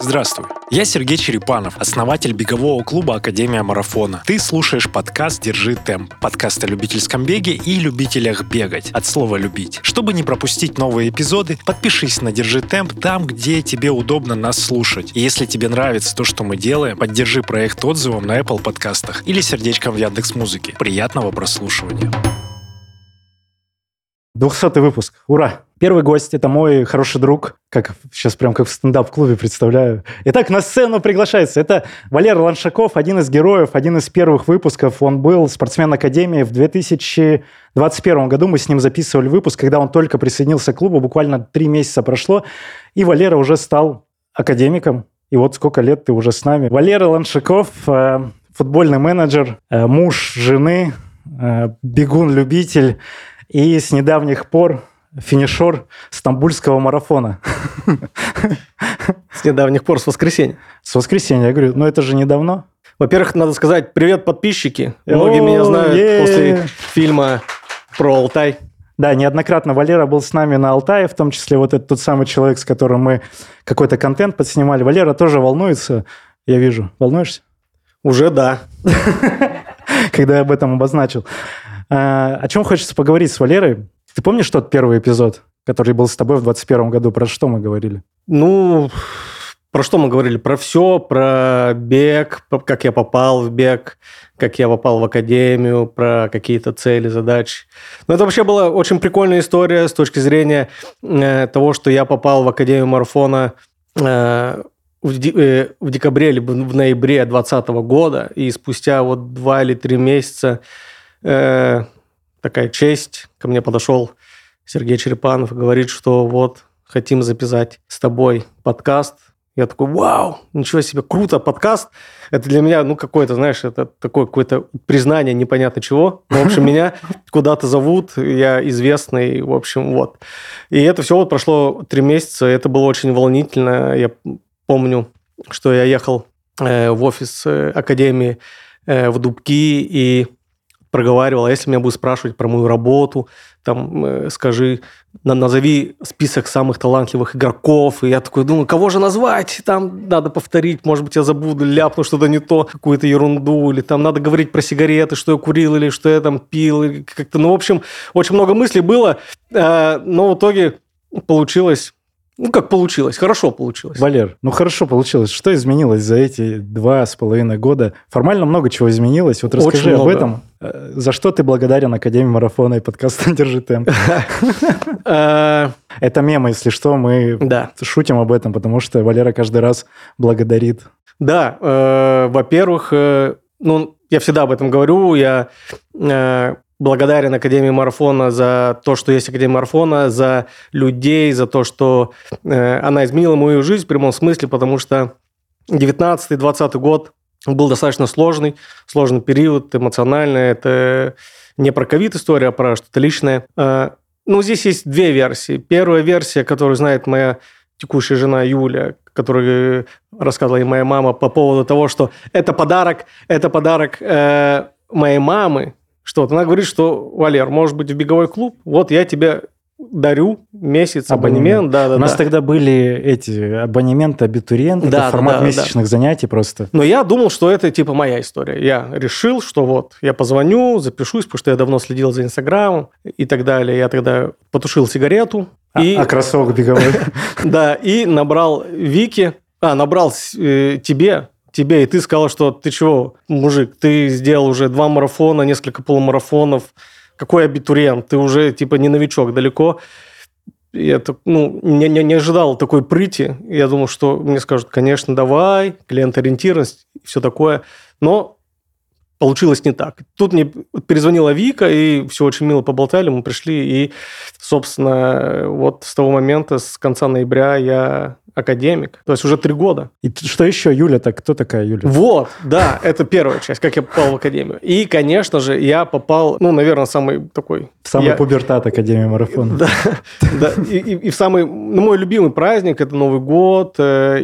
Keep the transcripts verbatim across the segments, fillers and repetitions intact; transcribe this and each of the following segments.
Здравствуй, я Сергей Черепанов, основатель бегового клуба «Академия марафона». Ты слушаешь подкаст «Держи темп», подкаст о любительском беге и любителях бегать, от слова «любить». Чтобы не пропустить новые эпизоды, подпишись на «Держи темп» там, где тебе удобно нас слушать. И если тебе нравится то, что мы делаем, поддержи проект отзывом на Apple подкастах или сердечком в Яндекс.Музыке. Приятного прослушивания. двухсотый выпуск. Ура! Первый гость – это мой хороший друг, как сейчас прям как в стендап-клубе представляю. Итак, на сцену приглашается. Это Валера Ланшаков, один из героев, один из первых выпусков. Он был спортсмен Академии в две тысячи двадцать первом году. Мы с ним записывали выпуск, когда он только присоединился к клубу. Буквально три месяца прошло, и Валера уже стал академиком. И вот сколько лет ты уже с нами. Валера Ланшаков, футбольный менеджер, муж жены, бегун-любитель и с недавних пор финишер стамбульского марафона. С недавних пор, с воскресенья. С воскресенья, я говорю, ну это же недавно. Во-первых, надо сказать привет, подписчики. Многие меня знают после фильма про Алтай. Да, неоднократно Валера был с нами на Алтае, в том числе вот этот тот самый человек, с которым мы какой-то контент подснимали. Валера тоже волнуется, я вижу. Волнуешься? Уже да. Когда я об этом обозначил. О чем хочется поговорить с Валерой? Ты помнишь тот первый эпизод, который был с тобой в двадцать первом году? Про что мы говорили? Ну, про что мы говорили? Про все, про бег, про как я попал в бег, как я попал в академию, про какие-то цели, задачи. Но это вообще была очень прикольная история с точки зрения э, того, что я попал в Академию марафона э, в, ди- э, в декабре или в ноябре двадцатого года, и спустя вот два или три месяца э, такая честь, ко мне подошел Сергей Черепанов и говорит, что вот, хотим записать с тобой подкаст. Я такой, вау, ничего себе, круто, подкаст. Это для меня, ну, какое-то, знаешь, это такое какое-то признание непонятно чего. Ну, в общем, меня куда-то зовут, я известный, в общем, вот. И это все вот прошло три месяца, это было очень волнительно. Я помню, что я ехал э, в офис э, Академии э, в Дубки и проговаривал, а если меня будут спрашивать про мою работу, там, э, скажи, на, назови список самых талантливых игроков. И я такой думаю, кого же назвать? Там надо повторить, может быть, я забуду, ляпну что-то не то, какую-то ерунду, или там надо говорить про сигареты, что я курил, или что я там пил, или как-то, ну, в общем, очень много мыслей было, э, но в итоге получилось... Ну, как получилось? Хорошо получилось. Валер, ну хорошо получилось. Что изменилось за эти два с половиной года? Формально много чего изменилось. Вот расскажи Очень об много. этом. За что ты благодарен Академии марафона и подкасту «Держи темп»? Это мем, если что, мы шутим об этом, потому что Валера каждый раз благодарит. Да, во-первых, ну, я всегда об этом говорю, я... благодарен Академии марафона за то, что есть Академия марафона, за людей, за то, что э, она изменила мою жизнь в прямом смысле, потому что девятнадцатый-двадцатый год был достаточно сложный, сложный период эмоционально. Это не про ковид история, а про что-то личное. Э, ну, здесь есть две версии. Первая версия, которую знает моя текущая жена Юля, которую рассказывала и моя мама по поводу того, что это подарок, это подарок э, моей мамы. Что-то. Она говорит, что, Валер, может быть, в беговой клуб, вот я тебе дарю месяц абонемент. Да, да, У нас да. тогда были эти абонементы абитуриенты, да, это формат да, месячных да. занятий просто. Но я думал, что это типа моя история. Я решил, что вот я позвоню, запишусь, потому что я давно следил за Инстаграмом и так далее. Я тогда потушил сигарету. А, и... а кроссовок беговой. Да, и набрал Вики, а, набрал тебе... тебе, и ты сказал, что ты чего, мужик, ты сделал уже два марафона, несколько полумарафонов, какой абитуриент, ты уже типа не новичок далеко. Я так, ну, не, не, не ожидал такой прыти. Я думал, что мне скажут, конечно, давай, клиент-ориентированность, все такое. Но получилось не так. Тут мне перезвонила Вика, и все очень мило поболтали, мы пришли, и, собственно, вот с того момента, с конца ноября я академик. То есть уже три года. И что еще? Юля-то? Кто такая Юля? Вот, да, это первая часть, как я попал в академию. И, конечно же, я попал, ну, наверное, самый такой... В самый я... пубертат Академии марафона. Да, да. И, и, и в самый... Ну, мой любимый праздник – это Новый год.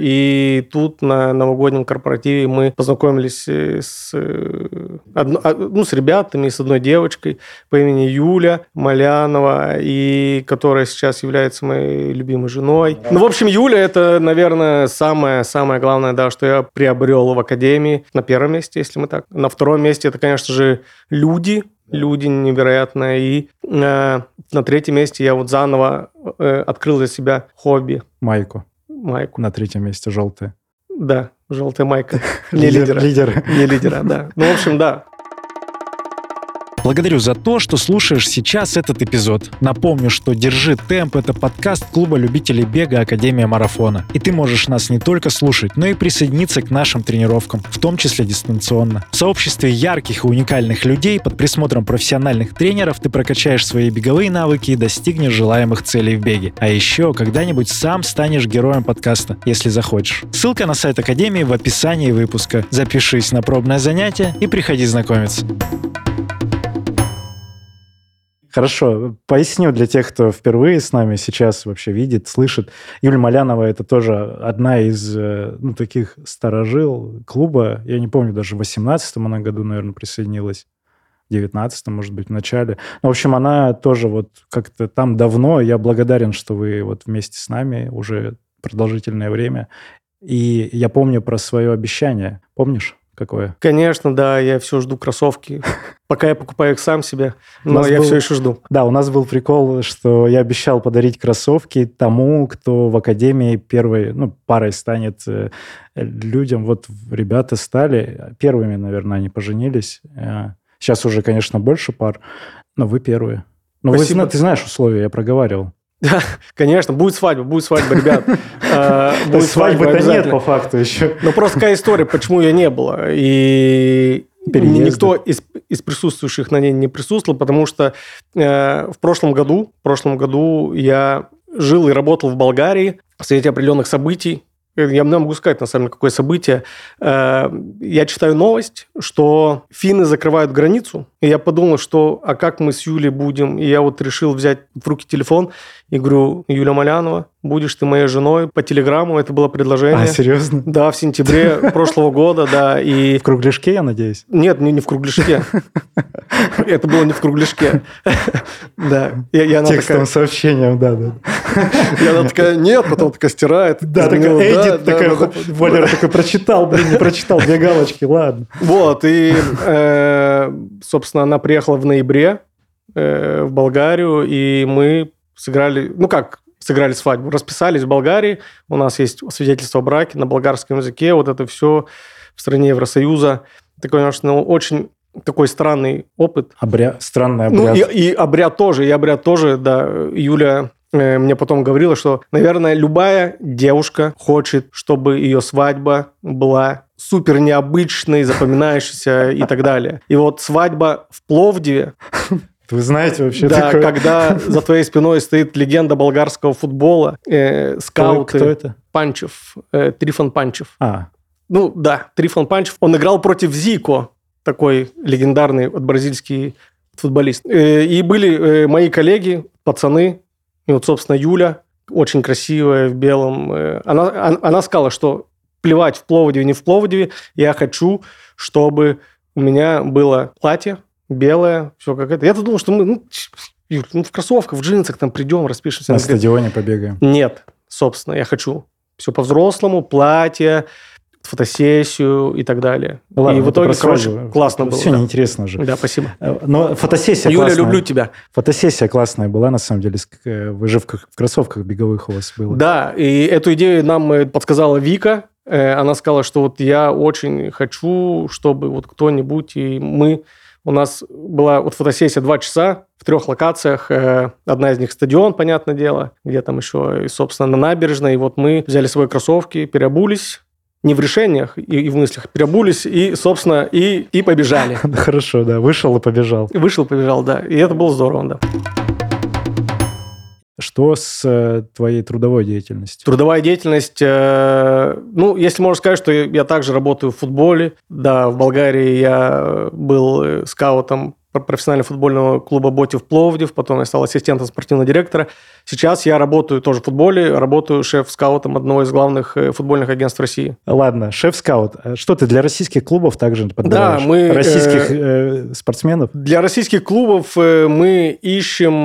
И тут на новогоднем корпоративе мы познакомились с, одно, ну, с ребятами, с одной девочкой по имени Юля Малянова, и которая сейчас является моей любимой женой. Ну, в общем, Юля – это это, наверное, самое-самое главное, да, что я приобрел в академии. На первом месте, если мы так. На втором месте это, конечно же, люди. Люди невероятные. И э, на третьем месте я вот заново э, открыл для себя хобби. Майку. Майку. На третьем месте желтая. Да, желтая майка. Не лидера. Лидера. Не лидера, да. Ну, в общем, да. Благодарю за то, что слушаешь сейчас этот эпизод. Напомню, что «Держи темп» — это подкаст клуба любителей бега «Академия марафона». И ты можешь нас не только слушать, но и присоединиться к нашим тренировкам, в том числе дистанционно. В сообществе ярких и уникальных людей под присмотром профессиональных тренеров ты прокачаешь свои беговые навыки и достигнешь желаемых целей в беге. А еще когда-нибудь сам станешь героем подкаста, если захочешь. Ссылка на сайт Академии в описании выпуска. Запишись на пробное занятие и приходи знакомиться. Хорошо, поясню для тех, кто впервые с нами сейчас вообще видит, слышит. Юлия Малянова – это тоже одна из ну, таких старожил клуба. Я не помню, даже в восемнадцатом она году, наверное, присоединилась. В девятнадцатом, может быть, в начале. Ну, в общем, она тоже вот как-то там давно. Я благодарен, что вы вот вместе с нами уже продолжительное время. И я помню про свое обещание. Помнишь? Какое? Конечно, да, я все жду кроссовки. Пока я покупаю их сам себе, но я был... все еще жду. Да, у нас был прикол, что я обещал подарить кроссовки тому, кто в академии первой, ну, парой станет э, людям. Вот ребята стали первыми, наверное, они поженились. Сейчас уже, конечно, больше пар, но вы первые. Но вы, ты знаешь условия, я проговаривал. Да, конечно, будет свадьба, будет свадьба, ребят. Будет свадьбы-то нет по факту еще. Ну, просто какая история, почему ее не было. И никто из, из присутствующих на ней не присутствовал, потому что э, в прошлом году, в прошлом году я жил и работал в Болгарии в свете определенных событий. Я не могу сказать, на самом деле, какое событие. Я читаю новость, что финны закрывают границу. И я подумал, что а как мы с Юлей будем? И я вот решил взять в руки телефон и говорю: Юля Малянова, будешь ты моей женой по телеграмму. Это было предложение. А, серьезно? Да, в сентябре прошлого года, да. И... В кругляшке, я надеюсь? Нет, не, не в кругляшке. Это было не в кругляшке. Да. Текстовым сообщением, да, да. И она такая: нет, потом такая стирает. Да, такая эдит, такая, Валера такой прочитал, блин, не прочитал, две галочки, ладно. Вот, и, собственно, она приехала в ноябре в Болгарию, и мы сыграли, ну как, сыграли свадьбу, расписались в Болгарии, у нас есть свидетельство о браке на болгарском языке, вот это все в стране Евросоюза. Это, конечно, очень такой странный опыт. Обряд, странный обряд. Ну, и, и обряд тоже, и обряд тоже, да. Юля э, мне потом говорила, что, наверное, любая девушка хочет, чтобы ее свадьба была супер необычной, запоминающейся и так далее. И вот свадьба в Пловдиве... Вы знаете вообще да, такое? Когда за твоей спиной стоит легенда болгарского футбола, э, скауты... Кто, кто это? Панчев, э, Трифон Панчев. А. Ну, да, Трифон Панчев. Он играл против Зико, такой легендарный вот, бразильский футболист. И были мои коллеги, пацаны, и вот, собственно, Юля, очень красивая, в белом. Она, она сказала, что плевать в Пловдиве, не в Пловдиве, я хочу, чтобы у меня было платье белое, все как это. Я-то думал, что мы ну, Юль, ну, в кроссовках, в джинсах там придем, распишемся. На стадионе побегаем. Нет, собственно, я хочу все по-взрослому, платье, фотосессию и так далее. Ладно, и в итоге, короче, классно было. Все да. неинтересно же. Да, спасибо. Но фотосессия Юля, классная. люблю тебя. Фотосессия классная была, на самом деле. Вы же в кроссовках беговых у вас было. Да, и эту идею нам подсказала Вика. Она сказала, что вот я очень хочу, чтобы вот кто-нибудь, и мы... У нас была вот фотосессия два часа в трех локациях. Одна из них стадион, понятное дело, где там еще, собственно, на набережной. И вот мы взяли свои кроссовки, переобулись, не в решениях и, и в мыслях, переобулись и, собственно, и, и побежали. Хорошо, да. Вышел и побежал. Вышел и побежал, да. И это было здорово, да. Что с э, твоей трудовой деятельностью? Трудовая деятельность, э, ну, если можно сказать, что я также работаю в футболе. Да, в Болгарии я был скаутом профессионального футбольного клуба «Ботев» Пловдив, потом я стал ассистентом спортивного директора. Сейчас я работаю тоже в футболе, работаю шеф-скаутом одного из главных футбольных агентств России. Ладно, шеф-скаут. Что ты для российских клубов также подбираешь? Да, мы... Российских э, спортсменов? Для российских клубов мы ищем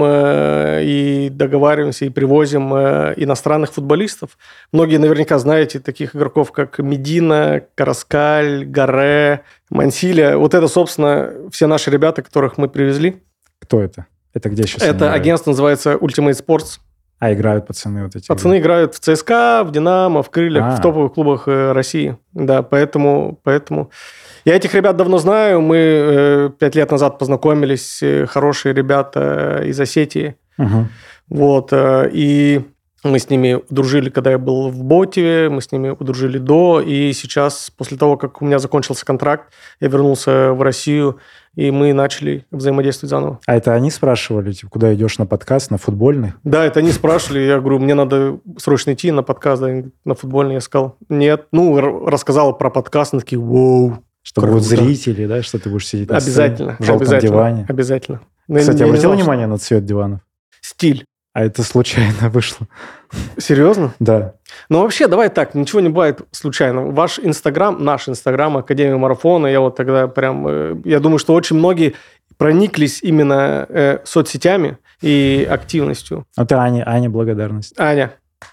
и договариваемся, и привозим иностранных футболистов. Многие наверняка знаете таких игроков, как Медина, Караскаль, Гаре, Мансиля. Вот это, собственно, все наши ребята, которых мы привезли. Кто это? Это где сейчас? Это агентство называется Ultimate Sports. А играют пацаны вот эти? Пацаны играют в ЦСКА, в Динамо, в Крыльях, А-а-а. в топовых клубах России. Да, поэтому, поэтому... Я этих ребят давно знаю. Мы пять лет назад познакомились. Хорошие ребята из Осетии. Угу. Вот. И... Мы с ними дружили, когда я был в Ботеве, мы с ними дружили до, и сейчас, после того, как у меня закончился контракт, я вернулся в Россию, и мы начали взаимодействовать заново. А это они спрашивали, типа, куда идешь на подкаст, на футбольный? Да, это они спрашивали, я говорю, мне надо срочно идти на подкаст, да, на футбольный. Я сказал, нет. Ну, рассказал про подкаст, они такие, воу. Что круто. Будут зрители, да, что ты будешь сидеть на обязательно, сцене, в желтом обязательно, диване. Обязательно. Кстати, я обратил знал, внимание что... на цвет диванов? Стиль. А это случайно вышло. Серьезно? Да. Ну, вообще, давай так, ничего не бывает случайно. Ваш Инстаграм, наш Инстаграм, Академия Марафона, я вот тогда прям... Я думаю, что очень многие прониклись именно э, соцсетями и активностью. Это Аня, Аня, благодарность. Аня,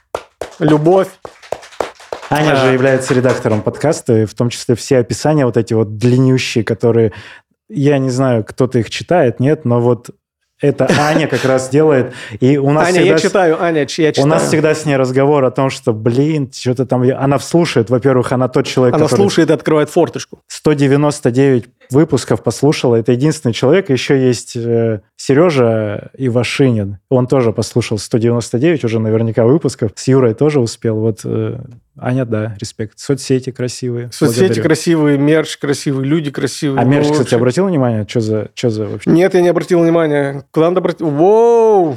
любовь. Аня а... же является редактором подкаста, и в том числе все описания вот эти вот длиннющие, которые... Я не знаю, кто-то их читает, нет, но вот... Это Аня как раз делает. И у нас Аня, всегда... я читаю, Аня, я читаю. У нас всегда с ней разговор о том, что, блин, что-то там... Она слушает, во-первых, она тот человек, она который... Она слушает и открывает форточку. сто девяносто девять выпусков послушала. Это единственный человек. Еще есть э, Сережа Ивашинин. Он тоже послушал сто девяносто девять уже наверняка выпусков. С Юрой тоже успел. Вот э, Аня, да, респект. Соцсети красивые. Соцсети благодарю. Красивые, мерч красивый, люди красивые. А мерч, ну, кстати, обратил внимание? Что за, что за вообще? Нет, я не обратил внимания. Куда надо обратить? Воу!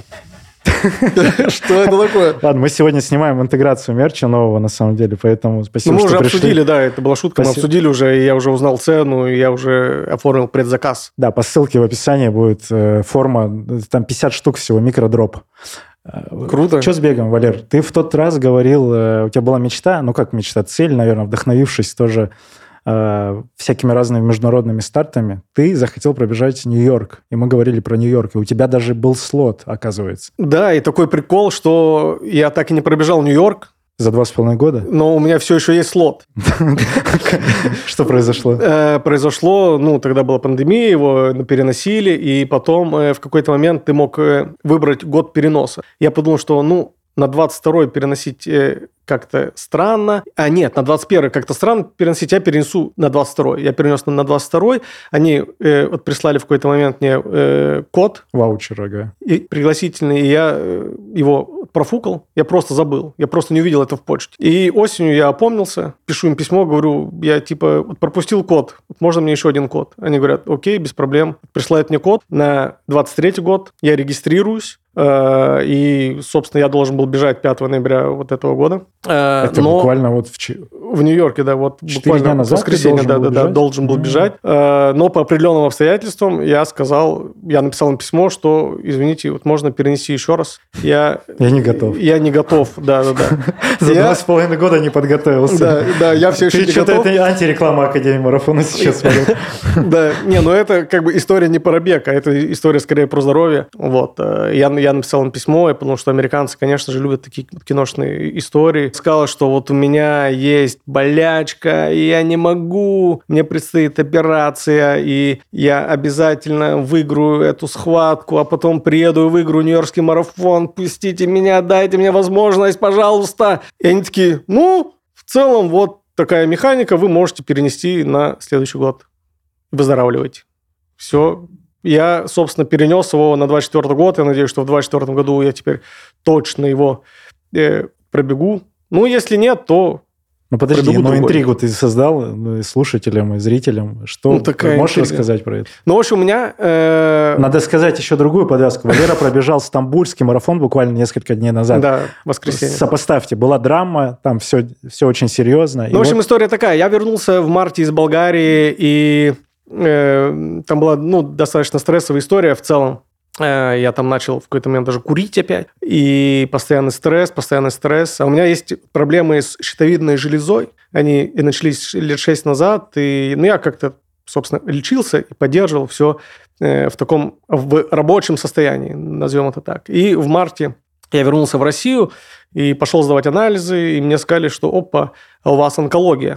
Что это такое? Ладно, мы сегодня снимаем интеграцию мерча нового, на самом деле, поэтому спасибо, что пришли. Мы уже обсудили, да, это была шутка, мы обсудили уже, и я уже узнал цену, и я уже оформил предзаказ. Да, по ссылке в описании будет форма, там пятьдесят штук всего, микродроп. Круто. Что с бегом, Валер? Ты в тот раз говорил, у тебя была мечта, ну как мечта, цель, наверное, вдохновившись тоже всякими разными международными стартами, ты захотел пробежать Нью-Йорк. И мы говорили про Нью-Йорк. И у тебя даже был слот, оказывается. Да, и такой прикол, что я так и не пробежал Нью-Йорк. За два с половиной года? Но у меня все еще есть слот. Что произошло? Произошло, ну, тогда была пандемия, его переносили, и потом в какой-то момент ты мог выбрать год переноса. Я подумал, что, ну, на двадцать второй переносить как-то странно. А нет, на двадцать первый как-то странно переносить. Я перенесу на двадцать второй. Я перенес на двадцать второй. Они э, вот прислали в какой-то момент мне э, код. Ваучер, ага. И пригласительный. И я э, его профукал. Я просто забыл. Я просто не увидел это в почте. И осенью я опомнился. Пишу им письмо, говорю, я типа вот пропустил код. Можно мне еще один код? Они говорят, окей, без проблем. Присылают мне код на двадцать третий год. Я регистрируюсь. И, собственно, я должен был бежать пятого ноября вот этого года. Это Но буквально вот в... В Нью-Йорке, да, вот буквально дня назад в воскресенье, да, да, да, должен был бежать. Mm-hmm. Но по определенным обстоятельствам я сказал, я написал им письмо, что, извините, вот можно перенести еще раз. Я, я не готов. Я не готов, да, да, да. За два с половиной года не подготовился. Да, да, я все еще не готов. Ты что-то это антиреклама Академии Марафона сейчас. Да, не, ну это как бы история не про бег, а это история скорее про здоровье. Вот. Я написал им письмо, я подумал, что американцы, конечно же, любят такие киношные истории. Сказал, что вот у меня есть болячка, и я не могу, мне предстоит операция, и я обязательно выиграю эту схватку, а потом приеду и выиграю Нью-Йоркский марафон, пустите меня, дайте мне возможность, пожалуйста. И они такие, ну, в целом, вот такая механика, вы можете перенести на следующий год. Выздоравливайте. Все. Я, собственно, перенес его на двадцать четвёртый год. Я надеюсь, что в двадцать четвёртом году я теперь точно его э, пробегу. Ну, если нет, то Ну, подожди, ну, другой. Интригу ты создал ну, и слушателям, и зрителям. Что ну, такая можешь интрига. Рассказать про это? Ну, в общем, у меня... Э... Надо сказать еще другую подвязку. Валера пробежал стамбульский марафон буквально несколько дней назад. Да, в воскресенье. Сопоставьте. Была драма, там все, все очень серьезно. Ну, в общем, вот... история такая. Я вернулся в марте из Болгарии, и Э, там была, ну, достаточно стрессовая история в целом. Э, я там начал в какой-то момент даже курить опять. И постоянный стресс, постоянный стресс. А у меня есть проблемы с щитовидной железой. Они и начались лет шесть назад. И, ну, я как-то, собственно, лечился и поддерживал все э, в таком в рабочем состоянии, назовем это так. И в марте я вернулся в Россию и пошел сдавать анализы. И мне сказали, что, опа, а у вас онкология.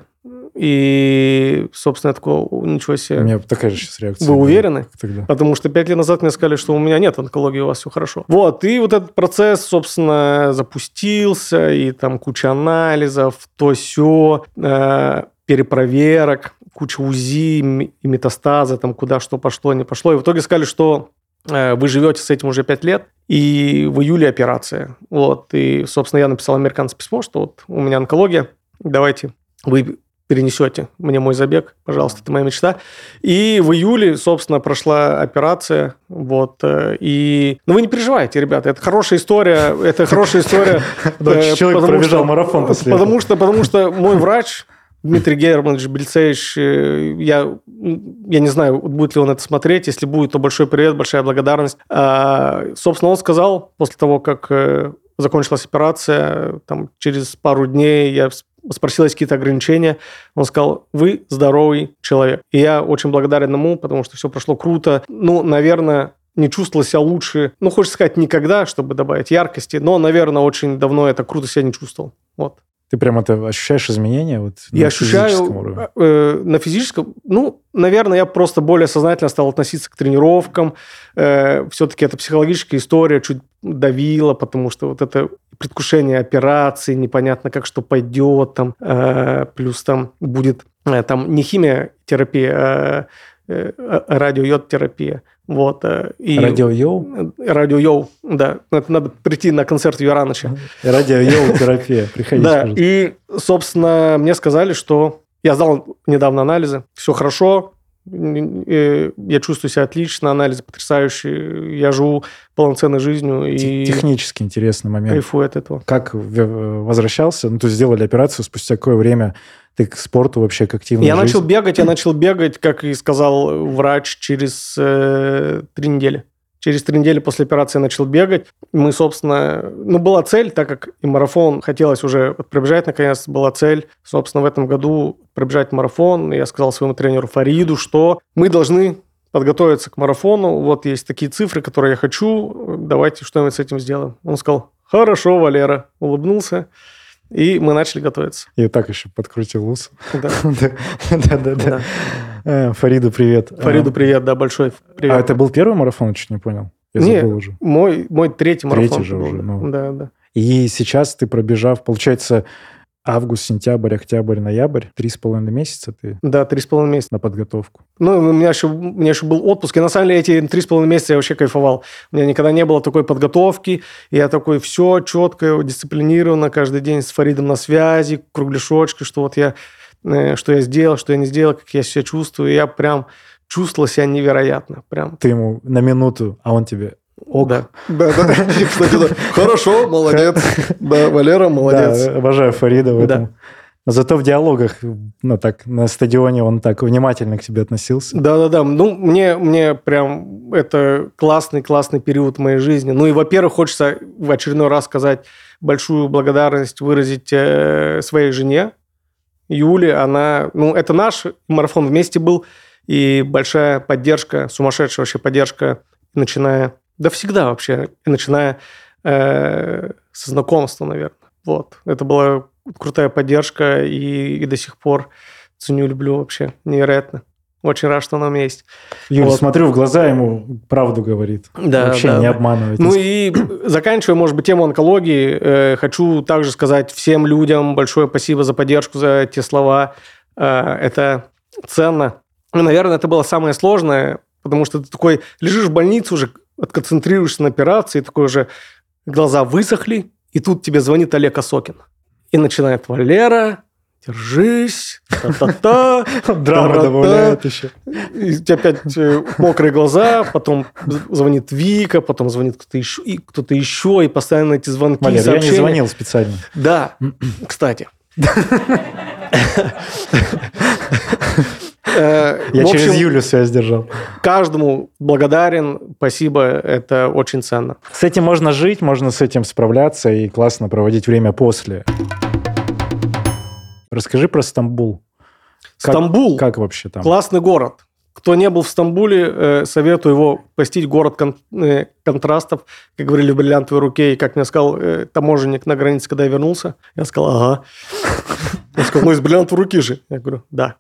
И, собственно, я такой, ничего себе. У меня такая же сейчас реакция. Вы уверены? Как тогда? Потому что пять лет назад мне сказали, что у меня нет онкологии, у вас все хорошо. Вот, и вот этот процесс, собственно, запустился, и там куча анализов, то-сё, э, перепроверок, куча УЗИ и метастазы, там куда что пошло, не пошло. И в итоге сказали, что э, вы живете с этим уже пять лет, и в июле операция. Вот, и, собственно, я написал американцам письмо, что вот у меня онкология, давайте вы перенесете мне мой забег, пожалуйста, это моя мечта. И в июле, собственно, прошла операция, вот, и... Ну, вы не переживайте, ребята, это хорошая история, это хорошая история. Человек пробежал марафон после этого. Потому что, потому что мой врач, Дмитрий Германович Бельцевич, я, я не знаю, будет ли он это смотреть, если будет, то большой привет, большая благодарность. А, собственно, он сказал, после того, как закончилась операция, там, через пару дней я спросил, есть какие-то ограничения. Он сказал, вы здоровый человек. И я очень благодарен ему, потому что все прошло круто. Ну, наверное, не чувствовал себя лучше. Ну, хочется сказать, никогда, чтобы добавить яркости. Но, наверное, очень давно я так круто себя не чувствовал. Вот. Ты прям это ощущаешь изменения? Вот, я на ощущаю физическом уровне? Э, на физическом... Ну, наверное, я просто более сознательно стал относиться к тренировкам. Э, все-таки это психологическая история, чуть давила, потому что вот это предвкушение операции, непонятно, как что пойдет, там, э, плюс там будет э, там не химиотерапия, а э, радиойод-терапия. Вот, и... Радио-йоу? Радио-йоу, да. Это надо прийти на концерт Юраныча. Радио-йоу-терапия. Приходите, да, пожалуйста. И, собственно, мне сказали, что... Я сдал недавно анализы, все хорошо, я чувствую себя отлично, анализы потрясающие, я живу полноценной жизнью. И технически интересный момент. Кайфую от этого. Как возвращался? Ну, то есть сделали операцию, спустя какое время ты к спорту вообще, к активной Я жизни? начал бегать, я начал бегать, как и сказал врач, через э, три недели. Через три недели после операции я начал бегать. Мы, собственно... Ну, была цель, так как и марафон хотелось уже пробежать, наконец, была цель, собственно, в этом году пробежать марафон. Я сказал своему тренеру Фариду, что мы должны подготовиться к марафону. Вот есть такие цифры, которые я хочу. Давайте что-нибудь с этим сделаем. Он сказал, хорошо, Валера. Улыбнулся. И мы начали готовиться. И так еще подкрутил ус. Да. Да-да-да. Фариду привет. Фариду привет, да, большой привет. А это был первый марафон, я чуть не понял? Я Нет, забыл уже. Мой, мой третий марафон. Третий же уже, ну. Да, да. И сейчас ты, пробежав, получается, август, сентябрь, октябрь, ноябрь, три с половиной месяца ты... Да, три с половиной месяца. На подготовку. Ну, у меня еще, у меня еще был отпуск. И на самом деле эти три с половиной месяца я вообще кайфовал. У меня никогда не было такой подготовки. Я такой все четко, дисциплинированно, каждый день с Фаридом на связи, кругляшочки, что вот я, что я сделал, что я не сделал, как я себя чувствую. И я прям чувствовал себя невероятно. Прям. Ты ему на минуту, а он тебе... Ок. Да, да, да. Кстати, да. Хорошо, молодец. Да, Валера, молодец. Да, обожаю Фарида в этом. Но зато в диалогах, ну так, на стадионе он так внимательно к тебе относился. Да-да-да. Ну, мне, мне прям это классный-классный период в моей жизни. Ну и, во-первых, хочется в очередной раз сказать большую благодарность, выразить э, своей жене Юле. Она, ну, это наш марафон вместе был. И большая поддержка, сумасшедшая вообще поддержка, начиная... Да всегда вообще, начиная э, со знакомства, наверное. Вот. Это была крутая поддержка, и, и до сих пор ценю, люблю вообще. Невероятно. Очень рад, что она у меня есть. Юля, вот. Смотрю в глаза, ему правду говорит. Да, вообще да, не да. обманывает. Ну и заканчивая, может быть, тему онкологии, э, хочу также сказать всем людям большое спасибо за поддержку, за те слова. Э, это ценно. Ну, наверное, это было самое сложное, потому что ты такой лежишь в больнице уже, отконцентрируешься на операции, такой уже глаза высохли, и тут тебе звонит Олег Осокин. И начинает: Валера, держись, та-та-та. Драма добавляет еще. И у тебя опять мокрые глаза, потом звонит Вика, потом звонит кто-то еще, и кто-то еще, и постоянно эти звонки, Валер, сообщения. я не звонил специально. Да, кстати. Э, Я в через общем, Юлю связь держал. каждому благодарен, спасибо, это очень ценно. С этим можно жить, можно с этим справляться и классно проводить время после. Расскажи про Стамбул. Как, Стамбул. Как вообще там? Классный город. Кто не был в Стамбуле, э, советую его посетить. Город кон- э, контрастов, как говорили в «Бриллиантовой руке». И как мне сказал э, таможенник на границе, когда я вернулся, я сказал, ага. Он сказал, ну из «Бриллиантовой руки» же. Я говорю, да.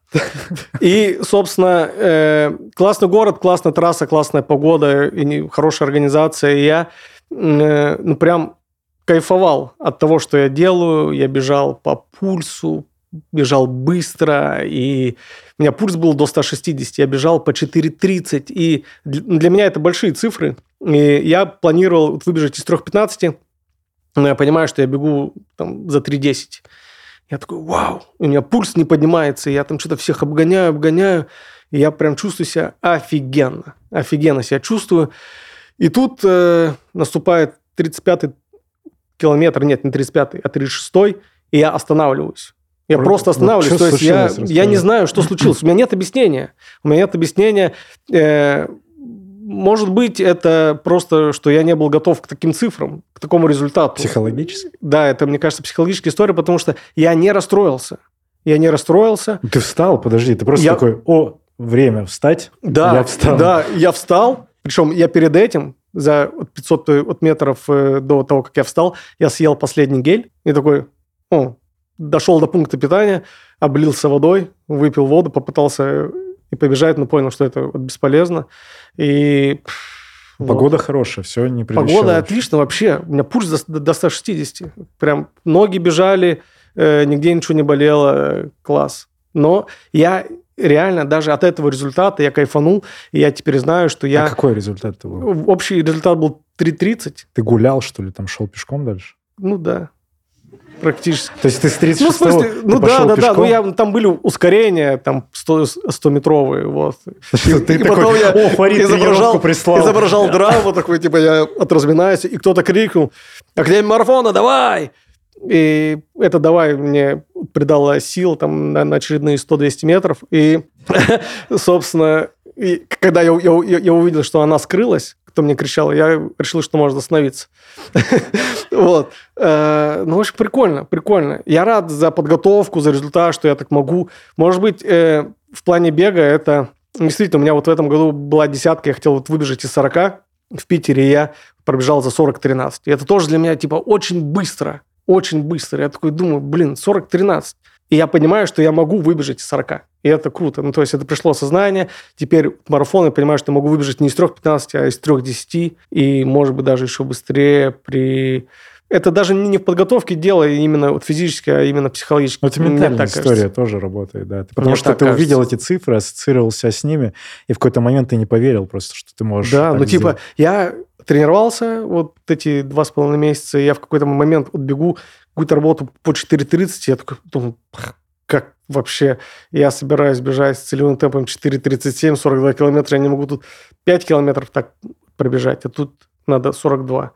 И, собственно, э, классный город, классная трасса, классная погода, и не- хорошая организация. И я э, ну, прям кайфовал от того, что я делаю. Я бежал по пульсу, бежал быстро, и у меня пульс был до ста шестидесяти, я бежал по четыре тридцать, и для меня это большие цифры, и я планировал выбежать из трех пятнадцати, но я понимаю, что я бегу там, за три десять. Я такой, вау, у меня пульс не поднимается, я там что-то всех обгоняю, обгоняю, и я прям чувствую себя офигенно, офигенно себя чувствую. И тут э, наступает тридцать пятый километр, нет, не тридцать пятый, а тридцать шестой, и я останавливаюсь. Я Ну, просто останавливаюсь. ну, То есть я, случилось, я не знаю, что случилось. У меня нет объяснения. У меня нет объяснения. Э, может быть, это просто, что я не был готов к таким цифрам, к такому результату. Психологически? Да, это, мне кажется, психологическая история, потому что я не расстроился. Я не расстроился. Ты встал, подожди, ты просто Я- такой, о, время встать, Да, я встал. да, я встал. Причем я перед этим, за от пятьсот от метров э, до того, как я встал, я съел последний гель и такой, о, дошел до пункта питания, облился водой, выпил воду, попытался и побежать, но понял, что это вот бесполезно. И вот. Погода хорошая, все не предвещало. Погода отлично вообще. У меня пульс до, до ста шестидесяти. Прям ноги бежали, э, нигде ничего не болело. э, Класс. Но я реально даже от этого результата я кайфанул, и я теперь знаю, что я... А какой результат ты был? Общий результат был три тридцать. Ты гулял, что ли, там шел пешком дальше? Ну да, практически. То есть ты с тридцать Ну, в шестого смысле, ну да, да, да. Ну, я, там были ускорения, там сто-метровые, вот. Ты И такой, потом я о, Фарид изображал, тренировку прислал. изображал драму, такой, типа, я отразминаюсь, и кто-то крикнул, Академия марафона, давай! И это давай мне придало сил там, на, на очередные сто-двести метров. И, собственно, и когда я, я, я увидел, что она скрылась, кто мне кричал, я решил, что можно остановиться. Вот. Ну, в общем, прикольно, прикольно. Я рад за подготовку, за результат, что я так могу. Может быть, в плане бега это... Действительно, у меня вот в этом году была десятка, я хотел вот выбежать из сорока в Питере, и я пробежал за сорок тринадцать. И это тоже для меня, типа, очень быстро. Очень быстро. Я такой думаю, блин, сорок тринадцать. И я понимаю, что я могу выбежать из сорока. И это круто. Ну, то есть, это пришло осознание. Теперь марафон, я понимаю, что я могу выбежать не из трех пятнадцати, а из трех десяти. И, может быть, даже еще быстрее при... Это даже не в подготовке дело именно вот физически, а именно психологически. Но это Мне ментальная так история кажется. тоже работает, да. Потому Мне что так ты кажется. увидел эти цифры, ассоциировался с ними, и в какой-то момент ты не поверил просто, что ты можешь Да, так ну типа сделать. я тренировался вот эти два с половиной месяца, и я в какой-то момент вот бегу какую-то работу по четыре тридцать, я такой думаю, как вообще я собираюсь бежать с целевым темпом четыре тридцать семь, сорок два километра, я не могу тут пять километров так пробежать, а тут надо сорок два.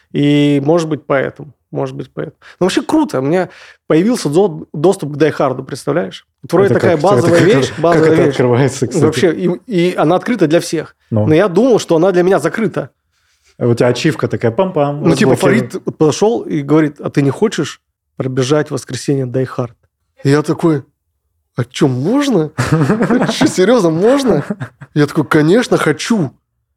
И может быть поэтому. Может быть, поэтому. Но вообще круто. У меня появился до- доступ к дайхарду, представляешь? Вот вроде Это такая как- базовая это как- вещь. Базовая как это вещь. открывается, кстати? Вообще, и, и она открыта для всех. Ну. Но я думал, что она для меня закрыта. А у тебя ачивка такая, пам-пам. Ну, типа, разблокируй. Фарид подошел и говорит, а ты не хочешь пробежать в воскресенье дайхард? И я такой, а что, можно? Что, серьезно, можно? Я такой, конечно, хочу.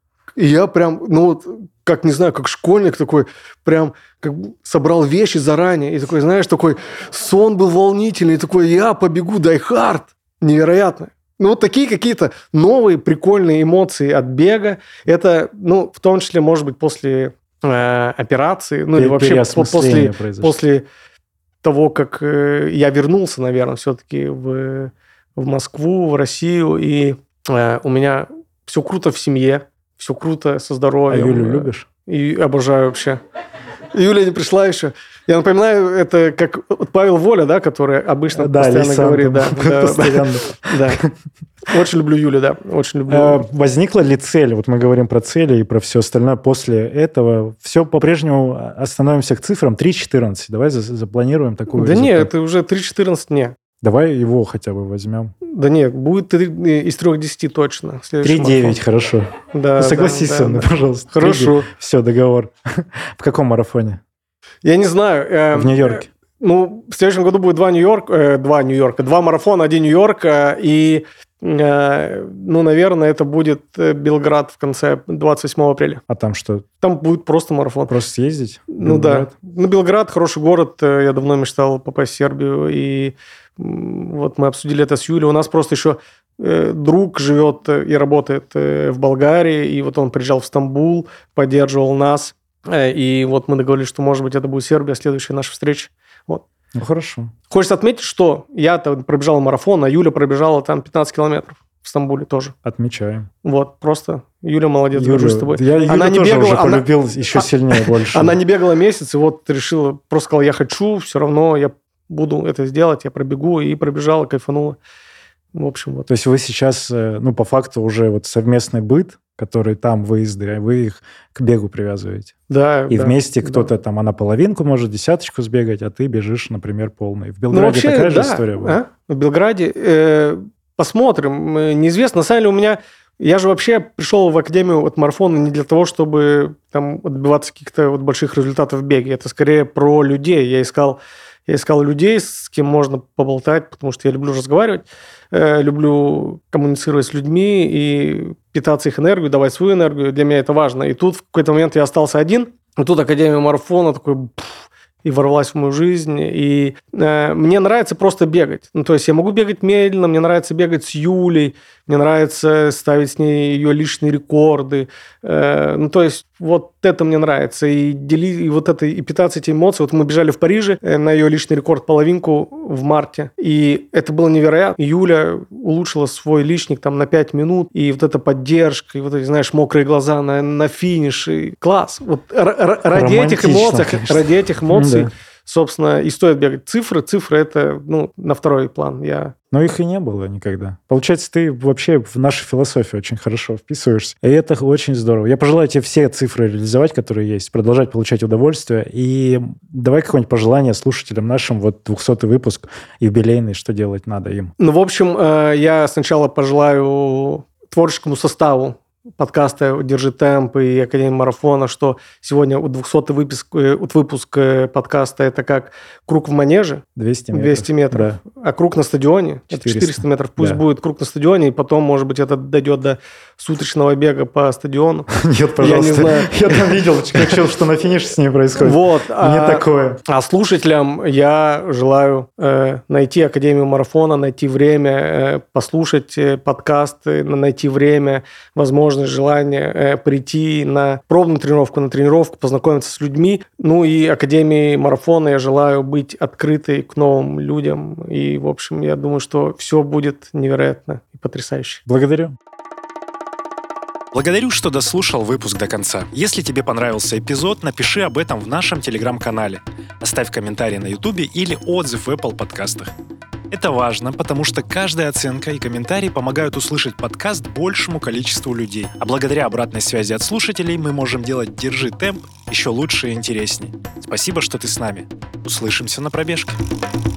И я прям, ну вот, как, не знаю, как школьник такой, прям как бы собрал вещи заранее. И такой, знаешь, такой сон был волнительный. И такой, я побегу дайхард. Невероятно. Ну, вот такие какие-то новые прикольные эмоции от бега. Это, ну, в том числе, может быть, после э, операции. Ну, или вообще по- Переосмысление после, произошло. после того, как э, я вернулся, наверное, все-таки в, в Москву, в Россию. И э, у меня все круто в семье. Все круто со А здоровьем. Юлю любишь? И обожаю вообще. Юля не пришла еще. Я напоминаю, это как вот Павел Воля, да, который обычно Да, постоянно Лейсан говорит. Да, там да, постоянно. да. Очень люблю Юлю, да. Очень люблю. А, Возникла ли цель? Вот мы говорим про цели и про все остальное. После этого все по-прежнему остановимся к цифрам три четырнадцать. Давай за- запланируем такую. Да результат. нет, это уже три четырнадцать не. Давай его хотя бы возьмем. Да нет, будет из трех десяти точно. три девять, хорошо. Да, ну, согласись да, со мной, да, пожалуйста. Хорошо. Все, договор. В каком марафоне? Я не знаю. Э, в Нью-Йорке. Э, ну, в следующем году будет два Нью-Йорка, э, два Нью-Йорка, два марафона, один Нью-Йорк, э, и, э, ну, наверное, это будет Белград в конце двадцать восьмого апреля. А там что? Там будет просто марафон. Просто съездить? Ну Белград? да. Ну, Белград хороший город. Я давно мечтал попасть в Сербию, и вот мы обсудили это с Юлей. У нас просто еще э, друг живет и работает э, в Болгарии, и вот он приезжал в Стамбул, поддерживал нас, э, и вот мы договорились, что, может быть, это будет Сербия, следующая наша встреча. Вот. Ну, хорошо. Хочется отметить, что я-то пробежал марафон, а Юля пробежала там пятнадцать километров в Стамбуле тоже. Отмечаем. Вот, просто Юля молодец, Юля, горжусь с тобой. Я Юлю она не тоже бегала, уже она... полюбил еще сильнее, больше. Она не бегала месяц, и вот решила, просто сказала, я хочу, все равно я буду это сделать, я пробегу, и пробежала, кайфанула. В общем, вот. То есть вы сейчас, ну, по факту уже вот совместный быт, который там выезды, а вы их к бегу привязываете. Да, И да, вместе да. кто-то там, она половинку может, десяточку сбегать, а ты бежишь, например, полный. В Белграде ну, вообще, такая же да, история была? А? В Белграде э, посмотрим. Неизвестно, на самом деле у меня... Я же вообще пришел в академию от марафона не для того, чтобы там добиваться каких-то вот больших результатов в беге. Это скорее про людей. Я искал... Я искал людей, с кем можно поболтать, потому что я люблю разговаривать, э, люблю коммуницировать с людьми и питаться их энергией, давать свою энергию. Для меня это важно. И тут в какой-то момент я остался один. И тут Академия марафона такой... Пфф, и ворвалась в мою жизнь. И э, мне нравится просто бегать. Ну, то есть я могу бегать медленно, мне нравится бегать с Юлей, мне нравится ставить с ней ее личные рекорды. Э, ну, то есть вот это мне нравится. И, дели, и вот это, и питаться эти эмоции. Вот мы бежали в Париже э, на ее личный рекорд половинку в марте. И это было невероятно. Юля улучшила свой личник там на пять минут. И вот эта поддержка, и вот эти, знаешь, мокрые глаза на, на финише. Класс. Вот р- р- ради этих эмоций, конечно. ради этих эмоций, да. собственно, и стоит бегать. Цифры, цифры это, ну, на второй план. Я... Но их и не было никогда. Получается, ты вообще в нашу философию очень хорошо вписываешься. И это очень здорово. Я пожелаю тебе все цифры реализовать, которые есть, продолжать получать удовольствие. И давай какое-нибудь пожелание слушателям нашим, вот двухсотый выпуск юбилейный, что делать надо им. Ну, в общем, я сначала пожелаю творческому составу подкаста «Держи темп» и Академии марафона, что сегодня у двухсотый выпуск, вот выпуск подкаста это как круг в манеже. двести метров. двести метров. Да. А круг на стадионе четыреста, это четыреста метров. Пусть да. будет круг на стадионе, и потом, может быть, это дойдет до суточного бега по стадиону. Нет, пожалуйста. Я не знаю. Я там видел, что на финише с ней происходит. Вот. Не такое. А слушателям я желаю найти Академию марафона, найти время послушать подкаст, найти время, возможно, желание э, прийти на пробную тренировку, на тренировку, познакомиться с людьми. Ну и Академии марафона я желаю быть открытой к новым людям. И, в общем, я думаю, что все будет невероятно и потрясающе. Благодарю. Благодарю, что дослушал выпуск до конца. Если тебе понравился эпизод, напиши об этом в нашем телеграм-канале. Оставь комментарий на ютубе или отзыв в Apple подкастах. Это важно, потому что каждая оценка и комментарий помогают услышать подкаст большему количеству людей. А благодаря обратной связи от слушателей мы можем делать «Держи темп» еще лучше и интереснее. Спасибо, что ты с нами. Услышимся на пробежке.